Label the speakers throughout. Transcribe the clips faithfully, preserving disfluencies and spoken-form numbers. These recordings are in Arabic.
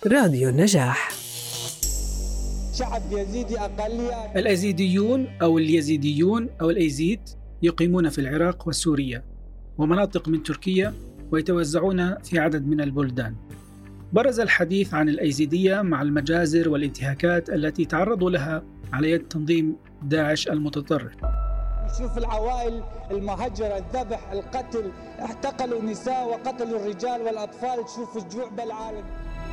Speaker 1: راديو النجاح.
Speaker 2: شعب يزيدي أقلية.
Speaker 3: الأيزيديون أو اليزيديون أو الأيزيد يقيمون في العراق وسوريا ومناطق من تركيا ويتوزعون في عدد من البلدان. برز الحديث عن الأيزيدية مع المجازر والانتهاكات التي تعرضوا لها على يد تنظيم داعش المتطرف.
Speaker 2: نشوف العوائل المهجرة، الذبح، القتل، احتقلوا النساء وقتلوا الرجال والأطفال، تشوف الجوع بالعالم.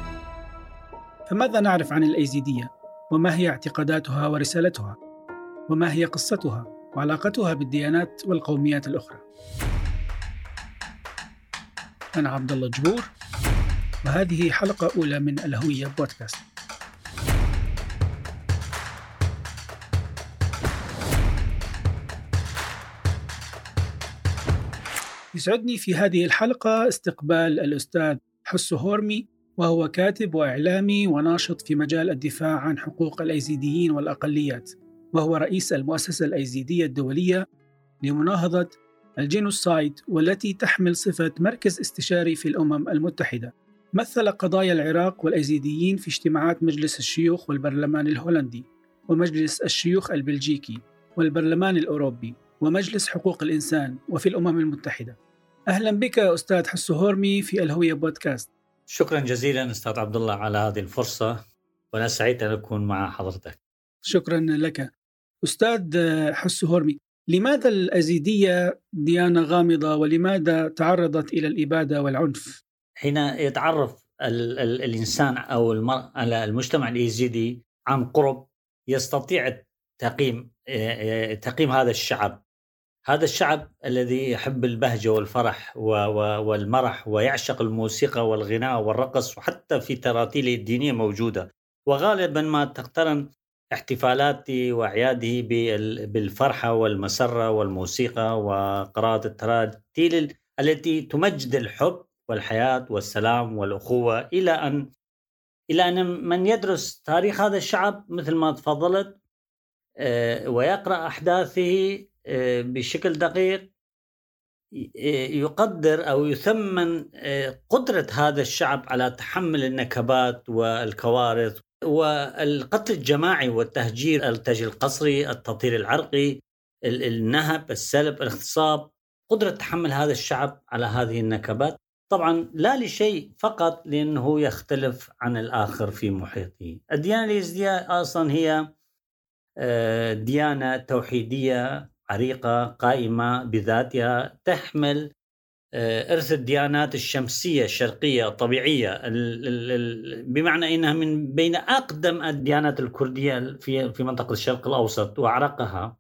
Speaker 3: فماذا نعرف عن الأيزيدية؟ وما هي اعتقاداتها ورسالتها؟ وما هي قصتها وعلاقتها بالديانات والقوميات الأخرى؟ أنا عبد الله جبور، وهذه حلقة أولى من الهوية بودكاست. يسعدني في هذه الحلقة استقبال الأستاذ حسو هورمي، وهو كاتب وإعلامي وناشط في مجال الدفاع عن حقوق الأيزيديين والأقليات، وهو رئيس المؤسسة الأيزيدية الدولية لمناهضة الجينوسايد، والتي تحمل صفة مركز استشاري في الأمم المتحدة. مثل قضايا العراق والأيزيديين في اجتماعات مجلس الشيوخ والبرلمان الهولندي ومجلس الشيوخ البلجيكي والبرلمان الأوروبي ومجلس حقوق الإنسان وفي الأمم المتحدة. أهلا بك أستاذ حسو هورمي في الهوية بودكاست.
Speaker 4: شكرا جزيلا أستاذ عبد الله على هذه الفرصة، وأنا سعيد أن أكون مع حضرتك.
Speaker 3: شكرا لك أستاذ حسو هورمي. لماذا الأيزيدية ديانة غامضة، ولماذا تعرضت إلى الإبادة والعنف؟
Speaker 4: حين يتعرف ال- ال- الإنسان أو المرء على المجتمع الأيزيدي عن قرب يستطيع تقييم تقييم هذا الشعب هذا الشعب الذي يحب البهجة والفرح والمرح ويعشق الموسيقى والغناء والرقص، وحتى في تراتيله الدينية موجودة، وغالبا ما تقترن احتفالاته وأعياده بالفرحة والمسرة والموسيقى وقراءة التراتيل التي تمجد الحب والحياة والسلام والأخوة، إلى أن إلى أن من يدرس تاريخ هذا الشعب مثل ما تفضلت ويقرأ أحداثه بشكل دقيق يقدر أو يثمن قدرة هذا الشعب على تحمل النكبات والكوارث والقتل الجماعي والتهجير، التهجير القسري، التطهير العرقي، النهب، السلب، الاغتصاب. قدرة تحمل هذا الشعب على هذه النكبات طبعا لا لشيء، فقط لأنه يختلف عن الآخر في محيطه. الديانة الأيزيدية أصلا هي ديانة توحيدية عريقة قائمة بذاتها، تحمل إرث الديانات الشمسية الشرقية الطبيعية، بمعنى أنها من بين أقدم الديانات الكردية في في منطقة الشرق الأوسط وأعرقها.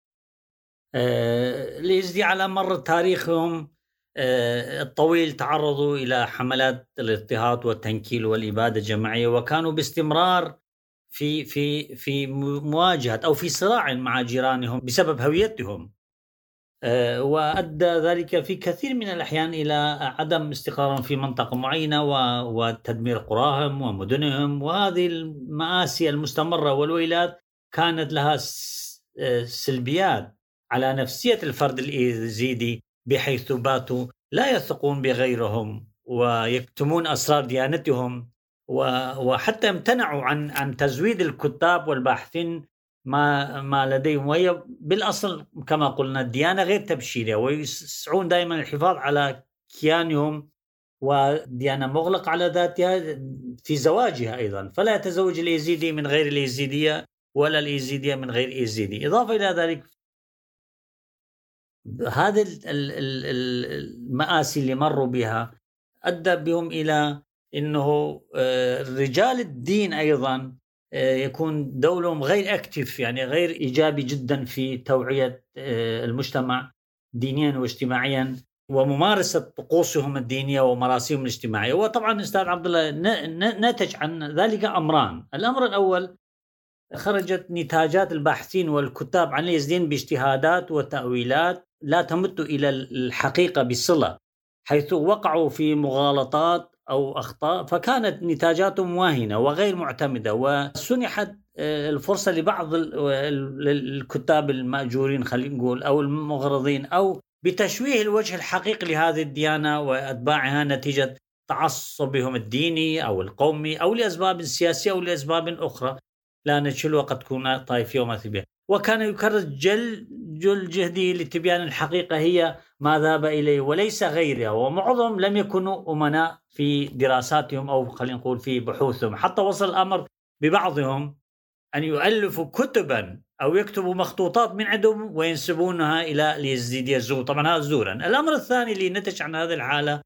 Speaker 4: الأيزيدية على مر تاريخهم الطويل تعرضوا إلى حملات الاضطهاد والتنكيل والإبادة الجماعية، وكانوا باستمرار في في في مواجهة أو في صراع مع جيرانهم بسبب هويتهم، أه وأدى ذلك في كثير من الأحيان إلى عدم استقرار في منطقة معينة وتدمير قراهم ومدنهم. وهذه المآسي المستمرة والويلات كانت لها سلبيات على نفسية الفرد الأيزيدي، بحيث باتوا لا يثقون بغيرهم ويكتمون أسرار ديانتهم، وحتى امتنعوا عن عن تزويد الكتاب والباحثين ما ما لديهم، وهي بالأصل كما قلنا الديانة غير تبشيرية، ويسعون دائما الحفاظ على كيانهم، وديانة مغلقة على ذاتها في زواجها أيضا، فلا يتزوج الأيزيدي من غير الأيزيدية ولا الأيزيدية من غير أيزيدي. إضافة إلى ذلك هذه المآسي اللي مروا بها أدى بهم إلى إنه رجال الدين أيضا يكون دورهم غير أكتف، يعني غير إيجابي جدا في توعية المجتمع دينيا واجتماعيا وممارسة طقوسهم الدينية ومراسمهم الاجتماعية. وطبعا أستاذ عبد الله نتج عن ذلك أمران. الأمر الأول، خرجت نتاجات الباحثين والكتاب عن الأيزيديين باجتهادات وتأويلات لا تمت إلى الحقيقة بصلة، حيث وقعوا في مغالطات أو أخطاء، فكانت نتاجاتهم واهنة وغير معتمدة، وسنحت الفرصة لبعض الكتاب المأجورين خلينا نقول أو المغرضين أو بتشويه الوجه الحقيقي لهذه الديانة وأتباعها نتيجة تعصبهم الديني أو القومي أو لأسباب سياسية أو لأسباب أخرى، لأن شلوة قد تكون طائفية ومذهبية. وكان يكرر جل جل جهده لتبيان الحقيقة هي ما ذهب إليه وليس غيرها، ومعظم لم يكونوا أمناء في دراساتهم أو خلينا نقول في بحوثهم، حتى وصل الأمر ببعضهم أن يؤلفوا كتبا أو يكتبوا مخطوطات من عندهم وينسبونها إلى اليزيدية الزور. طبعا هذا زورا. الأمر الثاني اللي نتج عن هذه الحالة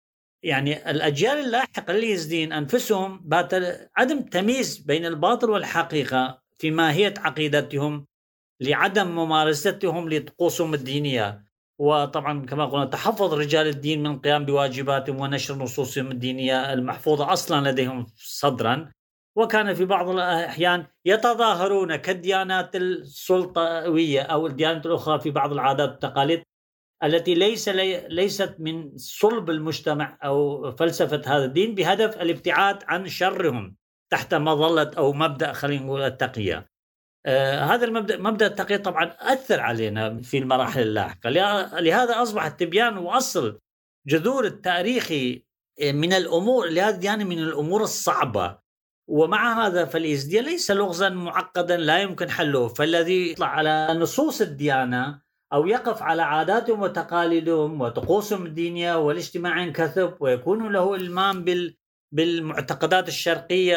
Speaker 4: يعني الأجيال اللاحقة لليزيديين أنفسهم بات عدم تمييز بين الباطل والحقيقة في ماهية عقيدتهم لعدم ممارستهم لطقوسهم الدينية. وطبعا كما قلنا تحفظ رجال الدين من القيام بواجباتهم ونشر نصوصهم الدينية المحفوظة أصلا لديهم صدرا، وكان في بعض الأحيان يتظاهرون كالديانات السلطوية أو الديانات الأخرى في بعض العادات والتقاليد التي ليس لي ليست من صلب المجتمع أو فلسفة هذا الدين، بهدف الابتعاد عن شرهم تحت مظلة أو مبدأ خلينا نقول التقية. آه هذا المبدأ مبدأ التقية طبعا أثر علينا في المراحل اللاحقة، لهذا أصبح التبيان وأصل جذور التاريخي من الأمور لهذه الديانة من الأمور الصعبة. ومع هذا فاليزيدية ليس لغزا معقدا لا يمكن حله، فالذي يطلع على نصوص الديانة أو يقف على عاداتهم وتقاليدهم وطقوسهم الدينية والاجتماع ينكثب ويكون له إلمام بال بالمعتقدات الشرقية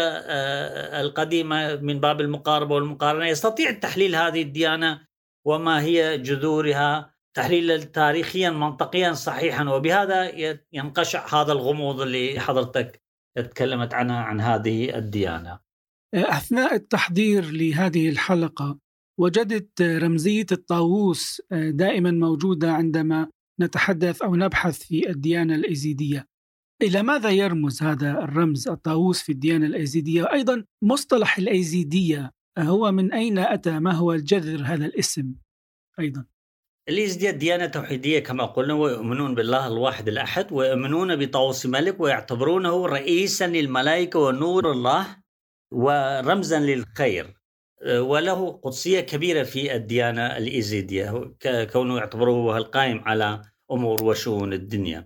Speaker 4: القديمة من باب المقاربة والمقارنة، يستطيع التحليل هذه الديانة وما هي جذورها تحليلا تاريخيا منطقيا صحيحا، وبهذا ينقشع هذا الغموض اللي حضرتك تكلمت عنها عن هذه الديانة.
Speaker 3: أثناء التحضير لهذه الحلقة وجدت رمزية الطاووس دائما موجودة عندما نتحدث أو نبحث في الديانة الأيزيدية. إلى ماذا يرمز هذا الرمز الطاووس في الديانة الأيزيدية؟ أيضا مصطلح الأيزيدية هو من أين أتى؟ ما هو الجذر هذا الاسم؟ أيضا
Speaker 4: الأيزيدية ديانة توحيدية كما قلنا، ويؤمنون بالله الواحد الأحد، ويؤمنون بطاووس ملك ويعتبرونه رئيسا للملائكة ونور الله ورمزا للخير، وله قدسية كبيرة في الديانة الأيزيدية كونه يعتبره القائم على أمور وشؤون الدنيا.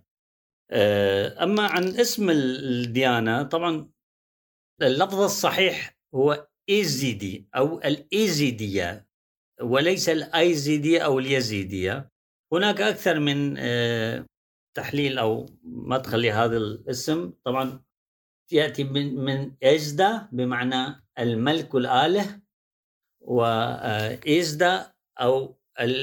Speaker 4: أما عن اسم الديانة طبعا اللفظ الصحيح هو إيزيدي أو الإيزيدية وليس الأيزيدية أو اليزيدية. هناك أكثر من تحليل أو مدخل لهذا الاسم. طبعا يأتي من من إزدا بمعنى الملك الآله، وإزدا أو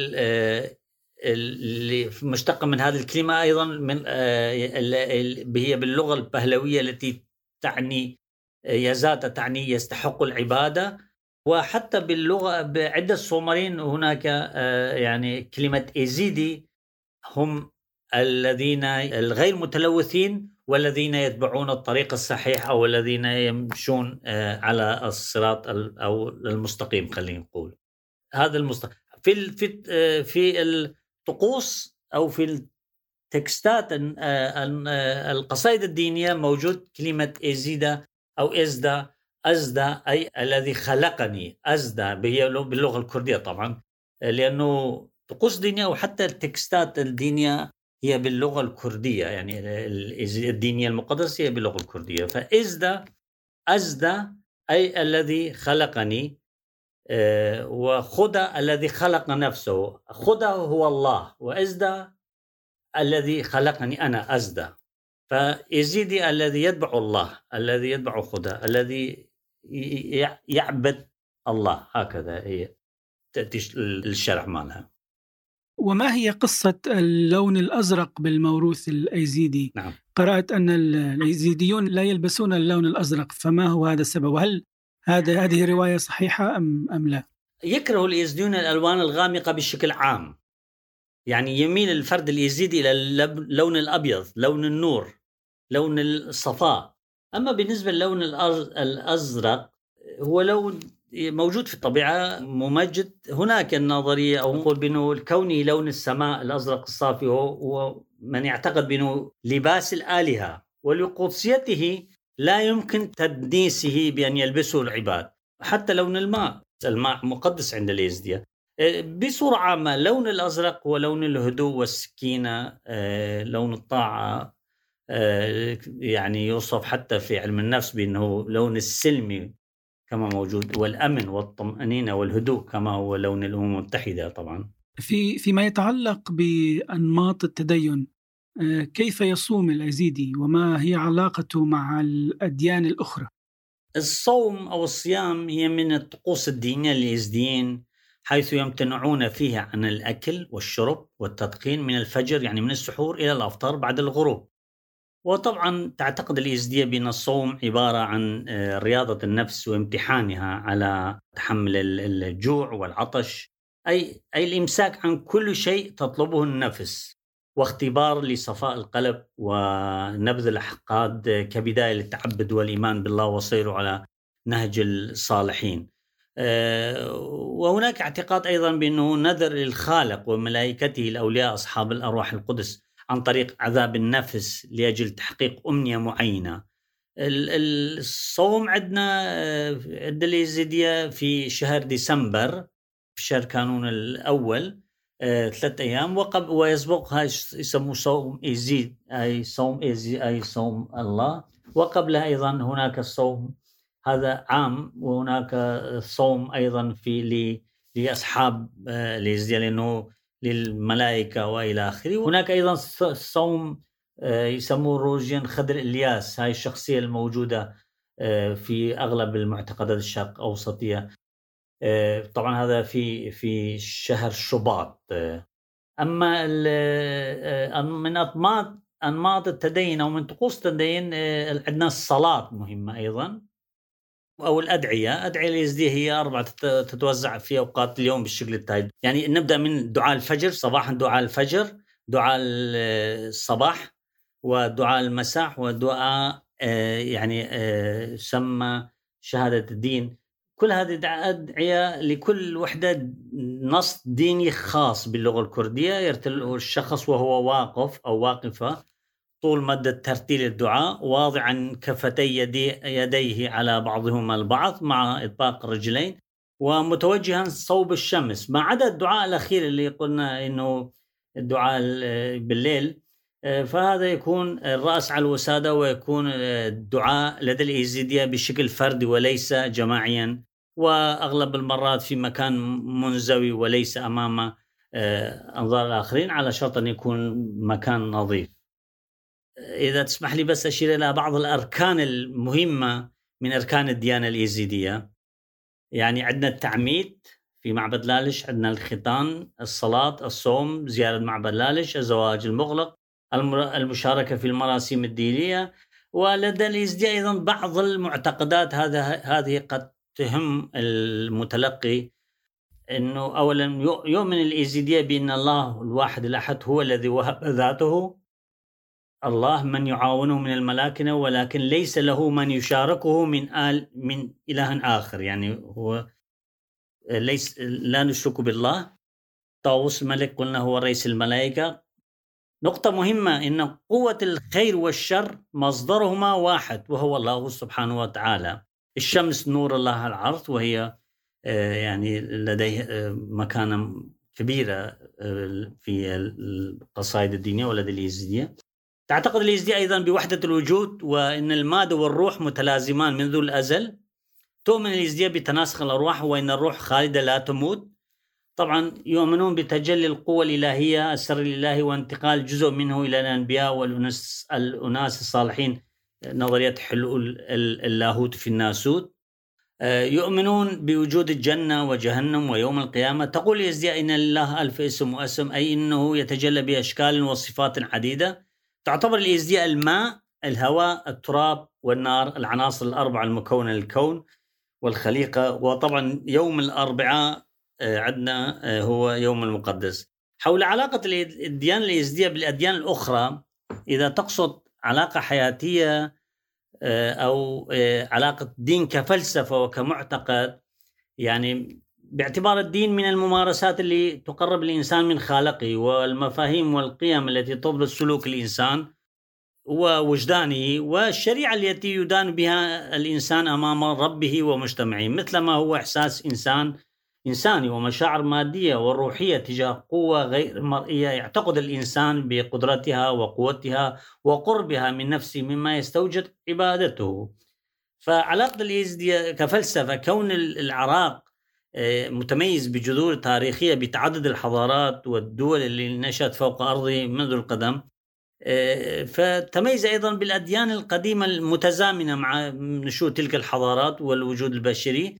Speaker 4: اللي مشتق من هذه الكلمة أيضا من هي باللغة البهلوية التي تعني يزات تعني يستحق العبادة، وحتى باللغة بعدة الصوماليين هناك يعني كلمة إيزيدي هم الذين الغير متلوثين والذين يتبعون الطريق الصحيح أو الذين يمشون على الصراط أو المستقيم خلينا نقول. هذا المستقيم في في في الطقوس أو في التكستات القصائد الدينية موجود كلمة إزيدا أو إزدا أزدا أي الذي خلقني. أزدا باللغة الكردية طبعا لأنه طقوس دينية وحتى التكستات الدينية هي باللغة الكردية، يعني الدينية المقدسة هي باللغة الكردية. فإزدا أزدا أي الذي خلقني، وخدا الذي خلق نفسه. خدا هو الله وإزدا الذي خلقني أنا أزدا. فإزيدي الذي يتبع الله الذي يتبع خدا الذي يعبد الله. هكذا هي تأتي الشرح مالها.
Speaker 3: وما هي قصة اللون الأزرق بالموروث الأيزيدي؟
Speaker 4: نعم.
Speaker 3: قرأت أن الأيزيديون لا يلبسون اللون الأزرق، فما هو هذا السبب؟ وهل هذا هذه رواية صحيحة أم أم لا؟
Speaker 4: يكره الأيزيديون الألوان الغامقة بشكل عام، يعني يميل الفرد اليزيدي إلى اللون الأبيض، لون النور، لون الصفاء. أما بالنسبة للون الأزرق هو لون موجود في الطبيعة ممجد. هناك النظرية أو نقول بأنه كونه لون السماء الأزرق الصافي هو من يعتقد بأنه لباس الآلهة، ولقدسيته لا يمكن تدنيسه بأن يلبسه العباد. حتى لون الماء، الماء مقدس عند اليزيدية. بصورة عامة لون الأزرق هو لون الهدوء والسكينة، لون الطاعة، يعني يوصف حتى في علم النفس بأنه لون السلمي كما موجود، والأمن والطمأنينة والهدوء كما هو لون الأمم المتحدة. طبعا
Speaker 3: في فيما يتعلق بأنماط التدين، كيف يصوم اليزيدي وما هي علاقته مع الأديان الأخرى؟
Speaker 4: الصوم أو الصيام هي من الطقوس الدينية لليزيديين، حيث يمتنعون فيها عن الأكل والشرب والتدخين من الفجر، يعني من السحور إلى الأفطار بعد الغروب. وطبعا تعتقد اليزيدية بأن الصوم عبارة عن رياضة النفس وامتحانها على تحمل الجوع والعطش، أي, أي الإمساك عن كل شيء تطلبه النفس، واختبار لصفاء القلب ونبذ الأحقاد كبداية للتعبد والإيمان بالله وصيره على نهج الصالحين. وهناك اعتقاد أيضا بأنه نذر للخالق وملائكته الأولياء أصحاب الأرواح القدس عن طريق عذاب النفس لأجل تحقيق أمنية معينة. الصوم عندنا عند اليزيدية في شهر ديسمبر، في شهر كانون الأول، ثلاث أيام، وقبل ويسبقها يسموه صوم إيزيد، أي صوم إيزي أي صوم الله. وقبلها أيضا هناك الصوم، هذا عام، وهناك صوم أيضا في لأصحاب اليزيدية لأنه للملائكة وإلى آخره. هناك أيضا صوم يسموه روجين خضر إلياس، هاي الشخصية الموجودة في أغلب المعتقدات الشرق أوسطية. طبعا هذا في في شهر شباط. أما من أنماط أنماط التدين أو من طقوس التدين عندنا الصلاة مهمة أيضا، أو الأدعية. أدعية اليزيدية هي أربعة تتوزع في أوقات اليوم بالشكل التالي. يعني نبدأ من دعاء الفجر صباحا، دعاء الفجر، دعاء الصباح، ودعاء المساء، ودعاء يعني سمى شهادة الدين. كل هذه أدعية لكل وحدة نص ديني خاص باللغة الكردية يرتله الشخص وهو واقف أو واقفة طول مدة ترتيل الدعاء، واضعا كفتي يدي يديه على بعضهما البعض مع إطباق الرجلين، ومتوجها صوب الشمس، ما عدا الدعاء الأخير اللي قلنا إنه الدعاء بالليل، فهذا يكون الرأس على الوسادة، ويكون الدعاء لدى اليزيدية بشكل فردي وليس جماعيا، وأغلب المرات في مكان منزوي وليس أمام أنظار الآخرين، على شرط أن يكون مكان نظيف. إذا تسمح لي بس أشير إلى بعض الأركان المهمة من أركان الديانة اليزيدية. يعني عندنا التعميد في معبد لالش، عندنا الختان، الصلاة، الصوم، زيارة معبد لالش، الزواج المغلق، المشاركة في المراسم الدينية. ولدى اليزيدية أيضا بعض المعتقدات هذا هذه قد تهم المتلقي، إنه أولا يؤمن اليزيدية بأن الله الواحد الأحد هو الذي وهب ذاته، الله من يعاونه من الملائكة، ولكن ليس له من يشاركه من آل من إله آخر، يعني هو ليس لا نشرك بالله. طاووس الملك قلنا هو رئيس الملائكة. نقطة مهمة إن قوة الخير والشر مصدرهما واحد وهو الله سبحانه وتعالى. الشمس نور الله على الأرض، وهي يعني لديه مكانة كبيرة في القصائد الدينية ولدى اليزيدية. تعتقد اليزيدية أيضا بوحدة الوجود، وإن المادة والروح متلازمان منذ الأزل. تؤمن اليزيدية بتناسخ الأرواح، وإن الروح خالدة لا تموت. طبعا يؤمنون بتجلي القوة الإلهية، السر الإلهي، وانتقال جزء منه إلى الأنبياء والأناس الأناس الصالحين، نظرية حلول اللاهوت في الناسوت. يؤمنون بوجود الجنة وجهنم ويوم القيامة. تقول اليزيدية إن لله ألف اسم واسم، أي إنه يتجلى بأشكال وصفات عديدة. تعتبر اليزيدية الماء، الهواء، التراب والنار العناصر الأربعة المكونة للكون والخليقة. وطبعا يوم الأربعاء عندنا هو يوم المقدس. حول علاقة الديانة اليزيدية بالأديان الأخرى، إذا تقصد علاقة حياتية أو علاقة دين كفلسفة وكمعتقد، يعني باعتبار الدين من الممارسات اللي تقرب الإنسان من خالقه، والمفاهيم والقيم التي تضبط سلوك الإنسان ووجدانه، والشريعة التي يدان بها الإنسان أمام ربه ومجتمعه، مثل ما هو إحساس إنسان إنساني ومشاعر مادية وروحية تجاه قوة غير مرئية يعتقد الإنسان بقدرتها وقوتها وقربها من نفسه مما يستوجب عبادته. فعلاقة اليزيدية كفلسفة، كون العراق متميز بجذور تاريخية بتعدد الحضارات والدول اللي نشأت فوق أرضه منذ القدم، فتميز أيضا بالأديان القديمة المتزامنة مع نشوء تلك الحضارات والوجود البشري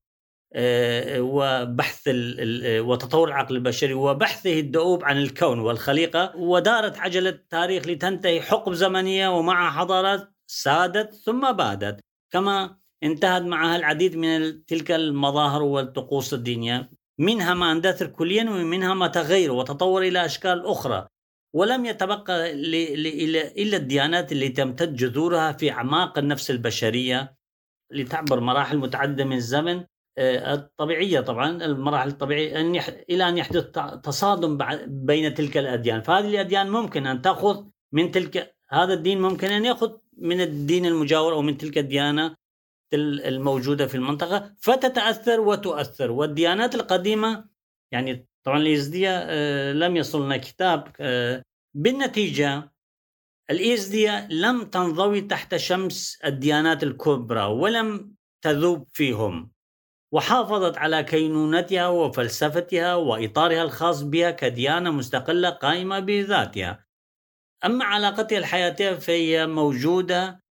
Speaker 4: وبحث وتطور العقل البشري وبحثه الدؤوب عن الكون والخليقة. ودارت عجلة التاريخ لتنتهي حقب زمنية ومع حضارات سادت ثم بادت، كما انتهت معها العديد من تلك المظاهر والطقوس الدينية، منها ما اندثر كليا ومنها ما تغير وتطور إلى أشكال أخرى، ولم يتبقى إلا الديانات اللي تمتد جذورها في أعماق النفس البشرية لتعبر مراحل متعددة من الزمن الطبيعية. طبعا المراحل الطبيعية أن يح... إلى أن يحدث تصادم بين تلك الأديان، فهذه الأديان ممكن أن تأخذ من تلك، هذا الدين ممكن أن يأخذ من الدين المجاور أو من تلك الديانة الموجودة في المنطقة فتتأثر وتؤثر. والديانات القديمة يعني طبعا اليزيدية لم يصلنا كتاب، بالنتيجة اليزيدية لم تنضوي تحت شمس الديانات الكبرى ولم تذوب فيهم، وحافظت على كينونتها وفلسفتها وإطارها الخاص بها كديانة مستقلة قائمة بذاتها. أما علاقتها الحياتية فهي موجودة،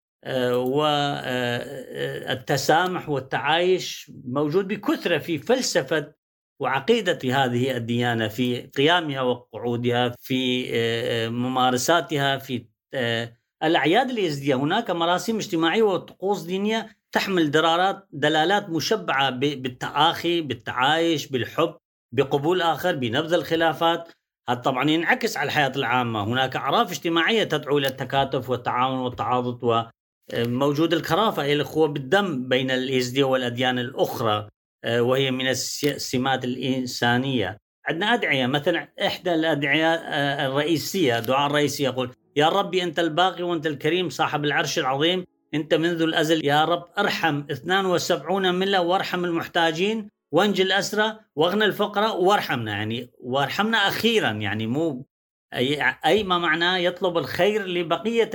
Speaker 4: والتسامح والتعايش موجود بكثرة في فلسفة وعقيدة هذه الديانة، في قيامها وقعودها، في ممارساتها، في الأعياد اليزيدية. هناك مراسم اجتماعية وطقوس دينية تحمل دلالات دلالات مشبعة بالتآخي، بالتعايش، بالحب، بقبول آخر، بنبذ الخلافات. هذا طبعا ينعكس على الحياة العامة. هناك أعراف اجتماعية تدعو إلى التكاتف والتعاون والتعاضد، وموجود الكرافة، الأخوة بالدم بين اليزيدية والأديان الأخرى، وهي من السمات الإنسانية. عندنا أدعية، مثلا إحدى الأدعية الرئيسية، دعاء الرئيسي يقول: يا ربي أنت الباقي وأنت الكريم صاحب العرش العظيم، أنت منذ الأزل يا رب ارحم اثنان وسبعون ملة وارحم المحتاجين وانجل الأسرى واغنى الفقراء وارحمنا، يعني وارحمنا أخيرا، يعني مو أي, أي ما معناه يطلب الخير لبقية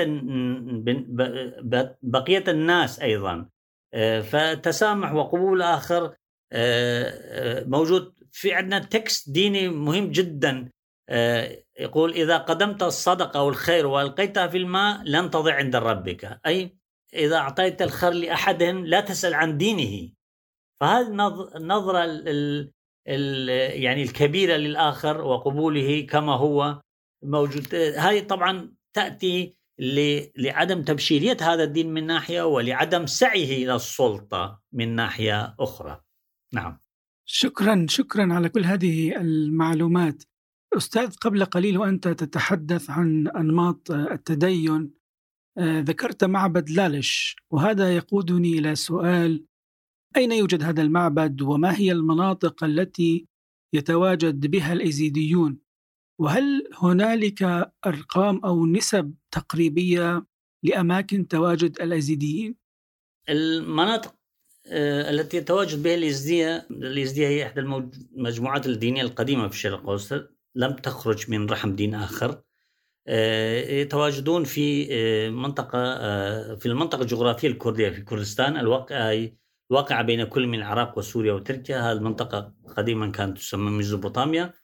Speaker 4: بقية الناس أيضا. فتسامح وقبول آخر موجود. في عندنا تكست ديني مهم جدا يقول: إذا قدمت الصدقة والخير وألقيتها في الماء لن تضيع عند ربك، أي إذا أعطيت الخير لأحدهم لا تسأل عن دينه. فهذه النظرة ال ال يعني الكبيرة للآخر وقبوله كما هو موجود، هذه طبعا تأتي لعدم تبشيرية هذا الدين من ناحية، ولعدم سعيه إلى السلطة من ناحية أخرى. نعم.
Speaker 3: شكرا شكرا على كل هذه المعلومات. أستاذ، قبل قليل وأنت تتحدث عن أنماط التدين ذكرت معبد لالش، وهذا يقودني إلى سؤال: أين يوجد هذا المعبد؟ وما هي المناطق التي يتواجد بها الأيزيديون؟ وهل هنالك أرقام أو نسب تقريبية لأماكن تواجد الأيزيديين؟
Speaker 4: المناطق التي يتواجد بها اليزيدية، اليزيدية هي إحدى المجموعات الدينية القديمة في الشرق الأوسط، لم تخرج من رحم دين آخر. يتواجدون في منطقة في المنطقة الجغرافية الكردية في كردستان الواقعة واقعة بين كل من العراق وسوريا وتركيا. هذه المنطقة قديما كانت تسمى ميزوبوطاميا.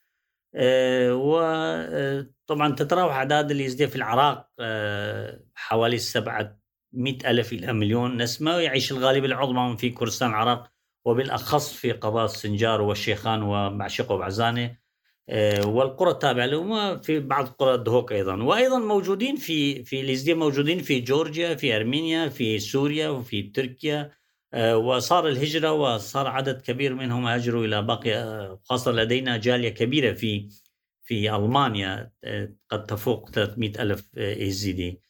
Speaker 4: وطبعا تتراوح أعداد اليزيدية في العراق حوالي سبعة مئة ألف إلى مليون نسمة، ويعيش الغالب العظمى في كردستان العراق، وبالأخص في قضاء السنجار والشيخان ومعشقة وبعزانة والقرى التابعة لهم، وفي بعض قرى الدهوك أيضا. وأيضا موجودين في في اليزيدية، موجودين في جورجيا، في أرمينيا، في سوريا، وفي تركيا. وصار الهجرة وصار عدد كبير منهم هاجروا إلى باقي، خاصة لدينا جالية كبيرة في في ألمانيا قد تفوق ثلاثمئة ألف يزيدي.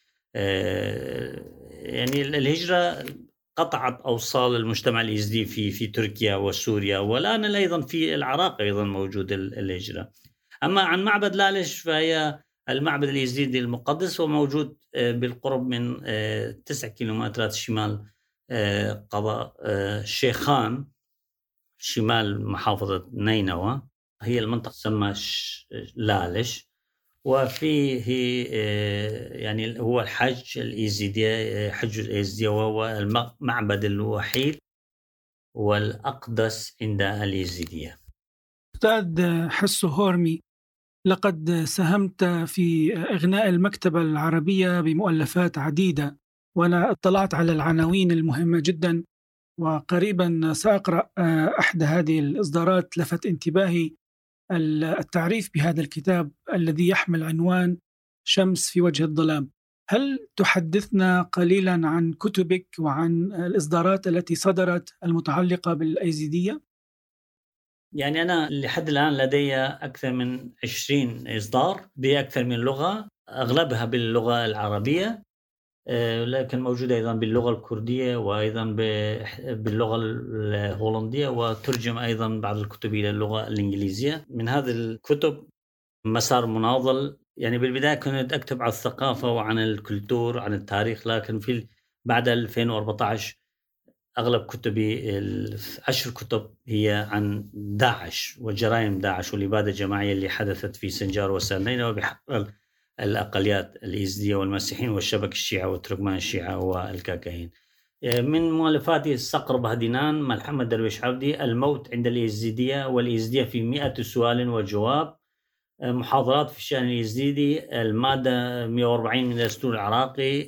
Speaker 4: يعني الهجرة قطعت أوصال المجتمع اليزيدي في في تركيا وسوريا، والآن أيضا في العراق أيضا موجود الهجرة. أما عن معبد لالش فهي المعبد اليزيدي المقدس، وموجود بالقرب من تسع كيلومترات شمال قضاء الشيخان شمال محافظة نينوى، هي المنطقة تسمى لالش، وفيه يعني هو الحج الإيزيدية، حج الإيزيدية، وهو المعبد الوحيد والأقدس عند الإيزيدية.
Speaker 3: أستاذ حسو هورمي، لقد ساهمت في إغناء المكتبة العربية بمؤلفات عديدة، وأنا اطلعت على العناوين المهمة جدا، وقريبا سأقرأ أحد هذه الإصدارات. لفت انتباهي التعريف بهذا الكتاب الذي يحمل عنوان شمس في وجه الظلام. هل تحدثنا قليلا عن كتبك وعن الإصدارات التي صدرت المتعلقة بالأيزيدية؟
Speaker 4: يعني أنا لحد الآن لدي أكثر من عشرين إصدار بأكثر من لغة، أغلبها باللغة العربية، لكن موجودة أيضا باللغة الكردية وأيضا باللغة الهولندية، وترجم أيضا بعض الكتب إلى اللغة الإنجليزية. من هذه الكتب مسار مناضل، يعني بالبداية كنت أكتب عن الثقافة وعن الكلتور عن التاريخ، لكن في بعد ألفين وأربعة عشر أغلب كتبي عشر كتب هي عن داعش وجرائم داعش والإبادة الجماعية اللي حدثت في سنجار وسرنينة وبحق الأقليات الإيزيدية والمسيحيين والشبك الشيعة والتركمان الشيعة والكاكايين. من مؤلفاتي الصقر بهدينان، محمد درويش عبدي، الموت عند الإيزيدية والإيزيدية في مئة سؤال وجواب، محاضرات في الشأن الإيزيدي، المادة مئة وأربعين من الدستور العراقي،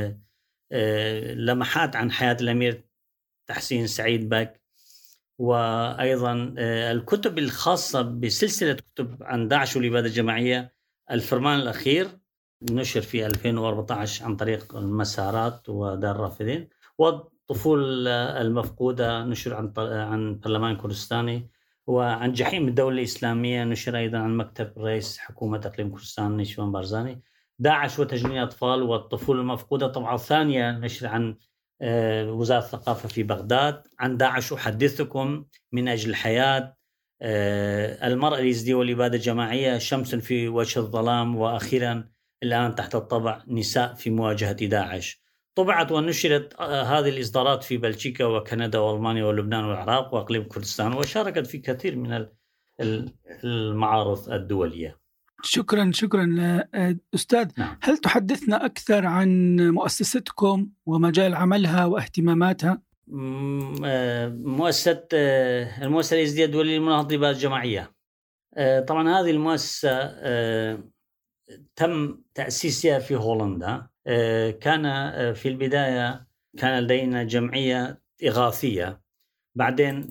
Speaker 4: لمحات عن حياة الأمير تحسين سعيد بك، وأيضا الكتب الخاصة بسلسلة كتب عن داعش والإبادة الجماعية. الفرمان الأخير نشر في ألفين وأربعة عشر عن طريق المسارات ودار الرافدين، والطفول المفقودة نشر عن عن برلمان كردستاني، وعن جحيم الدولة الإسلامية نشر أيضا عن مكتب رئيس حكومة إقليم كردستان نيشان بارزاني. داعش وتجنين الأطفال والطفول المفقودة طبعا ثانية نشر عن وزارة الثقافة في بغداد. عن داعش أحدثكم، من أجل الحياة، المرأة الإيزيدية والإبادة الجماعية، شمس في وجه الظلام، وأخيرا الآن تحت الطبع نساء في مواجهة داعش. طبعت ونشرت هذه الإصدارات في بلجيكا وكندا وألمانيا ولبنان والعراق وأقليم كردستان، وشاركت في كثير من المعارض الدولية.
Speaker 3: شكرا شكرا أستاذ.
Speaker 4: نعم.
Speaker 3: هل تحدثنا أكثر عن مؤسستكم ومجال عملها واهتماماتها؟
Speaker 4: مؤسسة المؤسسة الإيزيدية الدولية لمناهضة الإبادة الجماعية، طبعا هذه المؤسسة تم تأسيسها في هولندا. كان في البداية كان لدينا جمعية إغاثية، بعدين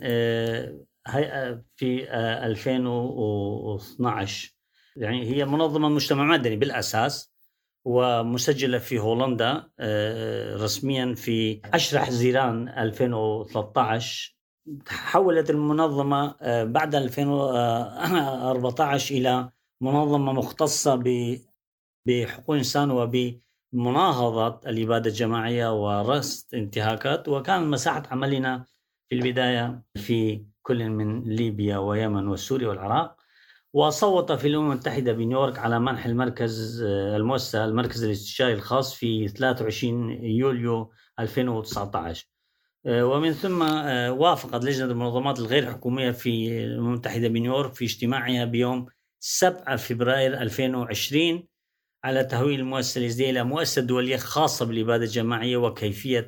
Speaker 4: في ألفين واثني عشر يعني هي منظمة مجتمع مدني بالأساس، ومسجلة في هولندا رسميا في عشرة حزيران ألفين وثلاثة عشر. تحولت المنظمة بعد ألفين وأربعة عشر إلى منظمة مختصة بحقوق الإنسان وبمناهضة الإبادة الجماعية ورصد انتهاكات. وكان مساحة عملنا في البداية في كل من ليبيا ويمن وسوريا والعراق، وصوت في الأمم المتحدة بنيويورك على منح المركز المؤسسة المركز الاستشاري الخاص في ثلاثة وعشرين يوليو ألفين وتسعة عشر، ومن ثم وافقت لجنة المنظمات الغير حكومية في الأمم المتحدة بنيويورك في اجتماعها بيوم سبعة فبراير ألفين وعشرين على تحويل المؤسسة الإيزيدية إلى مؤسسة دولية خاصة بالإبادة الجماعية وكيفية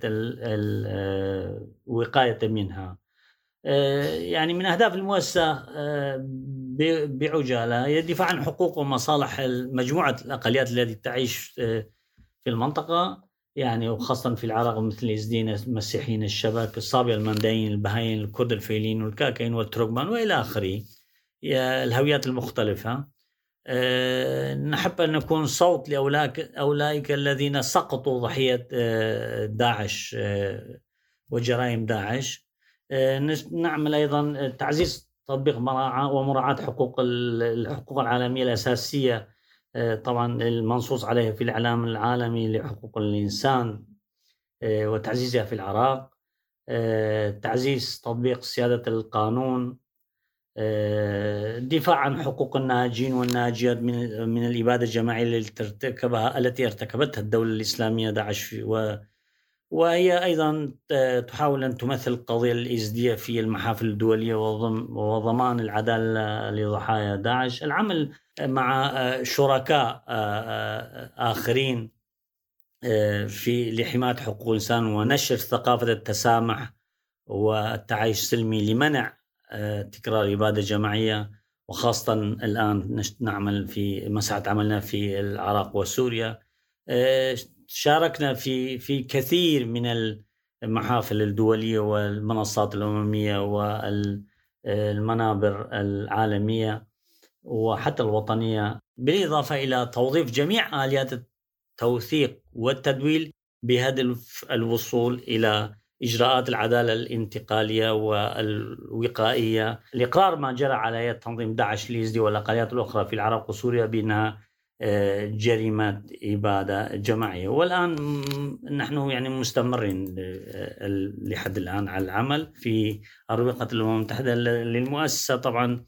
Speaker 4: الوقاية منها. يعني من أهداف المؤسسة بعجالة هي الدفاع عن حقوق ومصالح مجموعة الأقليات التي تعيش في المنطقة، يعني وخاصة في العراق، مثل الإيزيديين، المسيحيين، الشبك، الصابئة، المنديين، البهائيين، الكرد، الفيلين والكاكايين والتركمان وإلى آخره، الهويات المختلفة. أه نحب أن نكون صوت لأولئك الذين سقطوا ضحية أه داعش أه وجرائم داعش. أه نعمل أيضا تعزيز تطبيق مراعاة ومراعاة حقوق الحقوق العالمية الأساسية، أه طبعا المنصوص عليها في الإعلام العالمي لحقوق الإنسان، أه وتعزيزها في العراق. أه تعزيز تطبيق سيادة القانون، الدفاع عن حقوق الناجين والناجيات من من الإبادة الجماعية التي ارتكبها التي ارتكبتها الدولة الإسلامية داعش وهي أيضا تحاول أن تمثل القضية الإيزيدية في المحافل الدولية وضمان العدالة لضحايا داعش. العمل مع شركاء آخرين في لحماية حقوق الإنسان ونشر ثقافة التسامح والتعايش السلمي لمنع تكرار الإبادة الجماعية، وخاصة الآن نعمل في مساحة عملنا في العراق وسوريا. شاركنا في في كثير من المحافل الدولية والمنصات الأممية والمنابر العالمية وحتى الوطنية، بالإضافة إلى توظيف جميع آليات التوثيق والتدويل بهدف الوصول إلى إجراءات العدالة الانتقالية والوقائية لإقرار ما جرى على يد تنظيم داعش الإيزيدي والأقليات الأخرى في العراق وسوريا بأنها جريمة إبادة جماعية. والآن نحن يعني مستمرين لحد الآن على العمل في أروقة الأمم المتحدة. للمؤسسة طبعا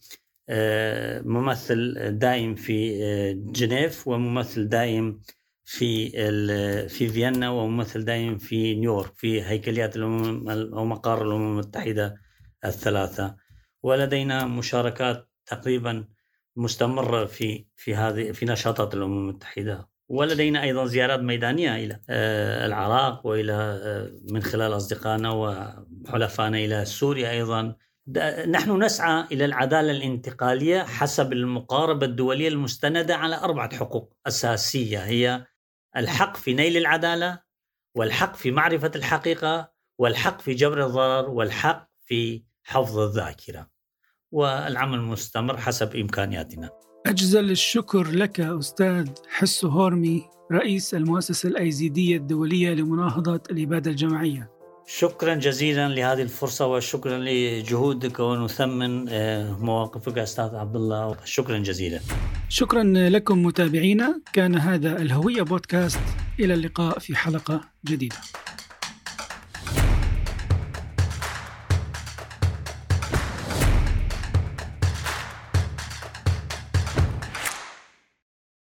Speaker 4: ممثل دائم في جنيف وممثل دائم في في فيينا وممثل دائم في نيويورك في هيكليات الأمم أو مقار الأمم المتحدة الثلاثة، ولدينا مشاركات تقريبا مستمرة في في هذه في نشاطات الأمم المتحدة، ولدينا أيضا زيارات ميدانية إلى العراق وإلى من خلال أصدقائنا وحلفائنا إلى سوريا أيضا. نحن نسعى إلى العدالة الانتقالية حسب المقاربة الدولية المستندة على أربعة حقوق أساسية، هي الحق في نيل العدالة، والحق في معرفة الحقيقة، والحق في جبر الضرر، والحق في حفظ الذاكرة، والعمل مستمر حسب إمكانياتنا.
Speaker 3: أجزل الشكر لك أستاذ حسو هورمي، رئيس المؤسسة الأيزيدية الدولية لمناهضة الإبادة الجماعية.
Speaker 4: شكرا جزيلا لهذه الفرصة وشكرا لجهودك ونثمن مواقفك أستاذ عبد الله. شكرا جزيلا.
Speaker 3: شكرا لكم متابعينا، كان هذا الهوية بودكاست، إلى اللقاء في حلقة جديدة.